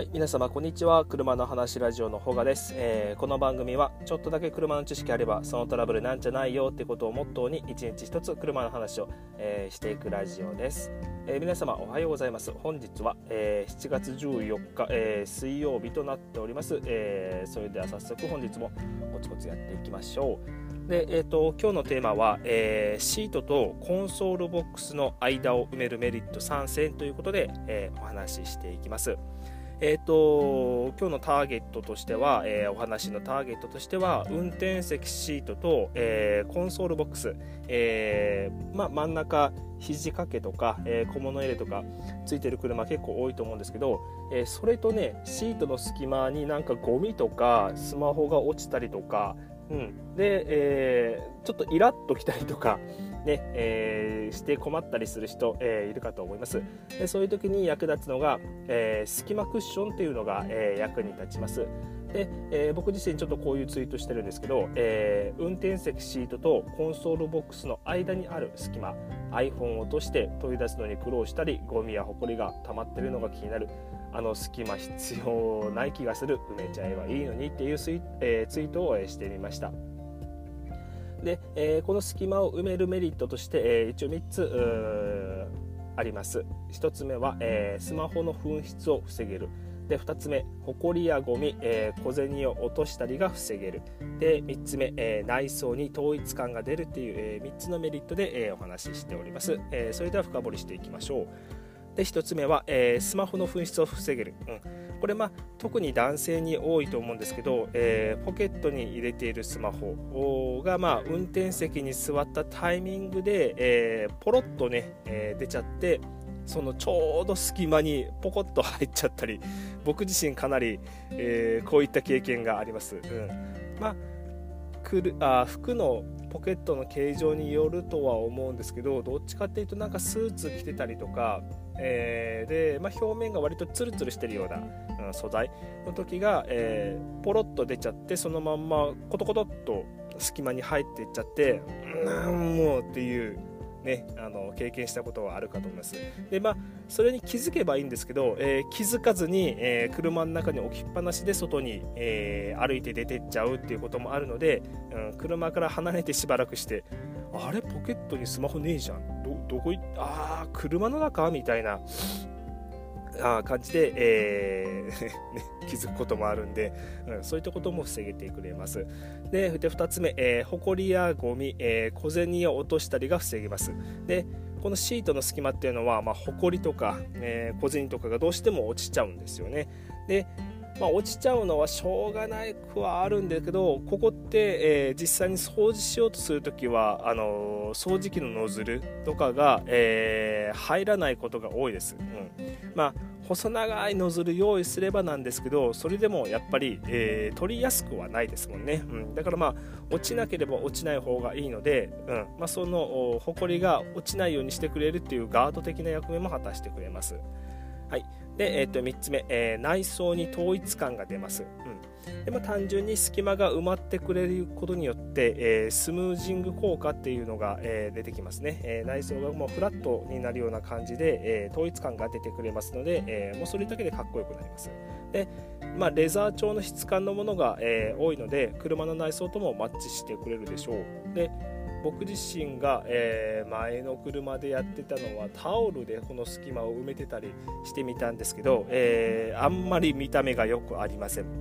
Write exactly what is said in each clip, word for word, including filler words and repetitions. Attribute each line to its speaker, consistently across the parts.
Speaker 1: はい、皆様こんにちは。車の話ラジオのほがです、えー、この番組はちょっとだけ車の知識あればそのトラブルなんじゃないよってことをモットーに一日一つ車の話を、えー、していくラジオです、えー、皆様おはようございます。本日は、えー、しちがつじゅうよっか、えー、水曜日となっております、えー、それでは早速本日もコツコツやっていきましょう。で、えーと、今日のテーマは、えー、シートとコンソールボックスの間を埋めるメリットさんせんということで、えー、お話ししていきます。えーと、今日のターゲットとしては、えー、お話のターゲットとしては運転席シートと、えー、コンソールボックス、えーま、真ん中肘掛けとか、えー、小物入れとかついてる車結構多いと思うんですけど、えー、それとねシートの隙間になんかゴミとかスマホが落ちたりとか、うん、で、えー、ちょっとイラッときたりとかねえー、して困ったりする人、えー、いるかと思います。でそういう時に役立つのが、えー、隙間クッションっていうのが、えー、役に立ちます。で、えー、僕自身ちょっとこういうツイートしてるんですけど、えー、運転席シートとコンソールボックスの間にある隙間 iPhone を落として取り出すのに苦労したりゴミやホコリが溜まってるのが気になる、あの隙間必要ない気がする、埋めちゃえばいいのにっていうツイ、えー、ツイートをしてみました。で、えー、この隙間を埋めるメリットとして、えー、一応みっつあります。ひとつめは、えー、スマホの紛失を防げる。でふたつめ、ホコリやゴミ、えー、小銭を落としたりが防げる。でみっつめ、えー、内装に統一感が出るっていう、えー、みっつのメリットで、えー、お話ししております。えー、それでは深掘りしていきましょう。でひとつめは、えー、スマホの紛失を防げる、うん、これ、まあ、特に男性に多いと思うんですけど、えー、ポケットに入れているスマホが、まあ、運転席に座ったタイミングで、えー、ポロッとね、えー、出ちゃってそのちょうど隙間にポコッと入っちゃったり、僕自身かなり、えー、こういった経験があります、うん、まあくるあ服のポケットの形状によるとは思うんですけど、どっちかっていうとなんかスーツ着てたりとか、えーでまあ、表面が割とツルツルしてるような、うん、素材の時が、えー、ポロッと出ちゃってそのまんまコトコトっと隙間に入っていっちゃってなんもうっていうね、あの経験したことはあるかと思います。で、まあ、それに気づけばいいんですけど、えー、気づかずに、えー、車の中に置きっぱなしで外に、えー、歩いて出てっちゃうっていうこともあるので、うん、車から離れてしばらくしてあれポケットにスマホねえじゃん、 ど, どこいあー車の中みたいなあ感じで、えーね、気づくこともあるんで、うん、そういったことも防げてくれます。でふたつめ、えー、ホコリやゴミ、えー、小銭を落としたりが防げます。でこのシートの隙間っていうのは、まあ、ホコリとか、えー、小銭とかがどうしても落ちちゃうんですよね。でまあ、落ちちゃうのはしょうがないくはあるんだけど、ここって、えー、実際に掃除しようとするときはあのー、掃除機のノズルとかが、えー、入らないことが多いです、うん、まあ細長いノズル用意すればなんですけど、それでもやっぱり、えー、取りやすくはないですもんね、うん、だからまあ落ちなければ落ちない方がいいので、うんまあ、そのホコリが落ちないようにしてくれるっていうガード的な役目も果たしてくれます。はい、で、えー、とみっつめ、えー、内装に統一感が出ます、うん、でも単純に隙間が埋まってくれることによって、えー、スムージング効果っていうのが、えー、出てきますね、えー、内装がもうフラットになるような感じで、えー、統一感が出てくれますので、えー、もうそれだけでかっこよくなります。で、まあ、レザー調の質感のものが、えー、多いので車の内装ともマッチしてくれるでしょう。で僕自身が、えー、前の車でやってたのはタオルでこの隙間を埋めてたりしてみたんですけど、えー、あんまり見た目がよくありません、うん、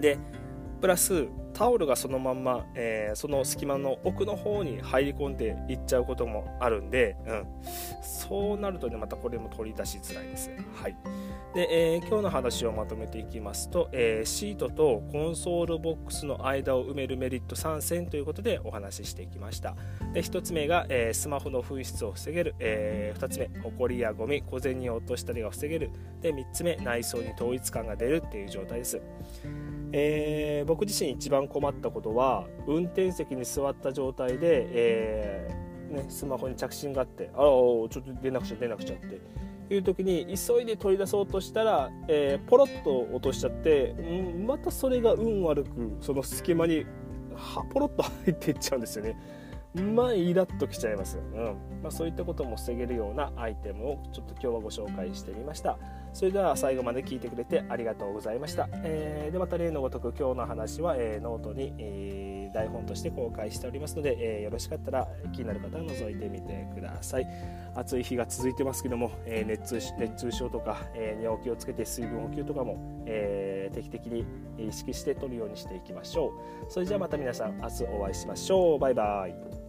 Speaker 1: でプラスタオルがそのまんま、えー、その隙間の奥の方に入り込んでいっちゃうこともあるんで、うん、そうなるとねまたこれも取り出しづらいです。はい。で、えー、今日の話をまとめていきますと、えー、シートとコンソールボックスの間を埋めるメリットさんせんということでお話ししていきました。でひとつめが、えー、スマホの紛失を防げる、えー、ふたつめホコリやゴミ小銭を落としたりが防げる、でみっつめ内装に統一感が出るっていう状態です。えー、僕自身一番困ったことは運転席に座った状態で、えーね、スマホに着信があってああちょっと出なくちゃ出なくちゃっていう時に急いで取り出そうとしたら、えー、ポロッと落としちゃって、うん、またそれが運悪くその隙間にはポロッと入っていっちゃうんですよね。まあイラッときちゃいます、うんまあ、そういったことも防げるようなアイテムをちょっと今日はご紹介してみました。 それでは最後まで聞いてくれてありがとうございました。えー、でまた例のごとく今日の話は、えー、ノートに、えー、台本として公開しておりますので、えー、よろしかったら気になる方は覗いてみてください。暑い日が続いてますけども、えー、熱中、熱中症とか、えー、にお気をつけて水分補給とかも、えー、定期的に意識して取るようにしていきましょう。それじゃあまた皆さん明日お会いしましょう。バイバイ。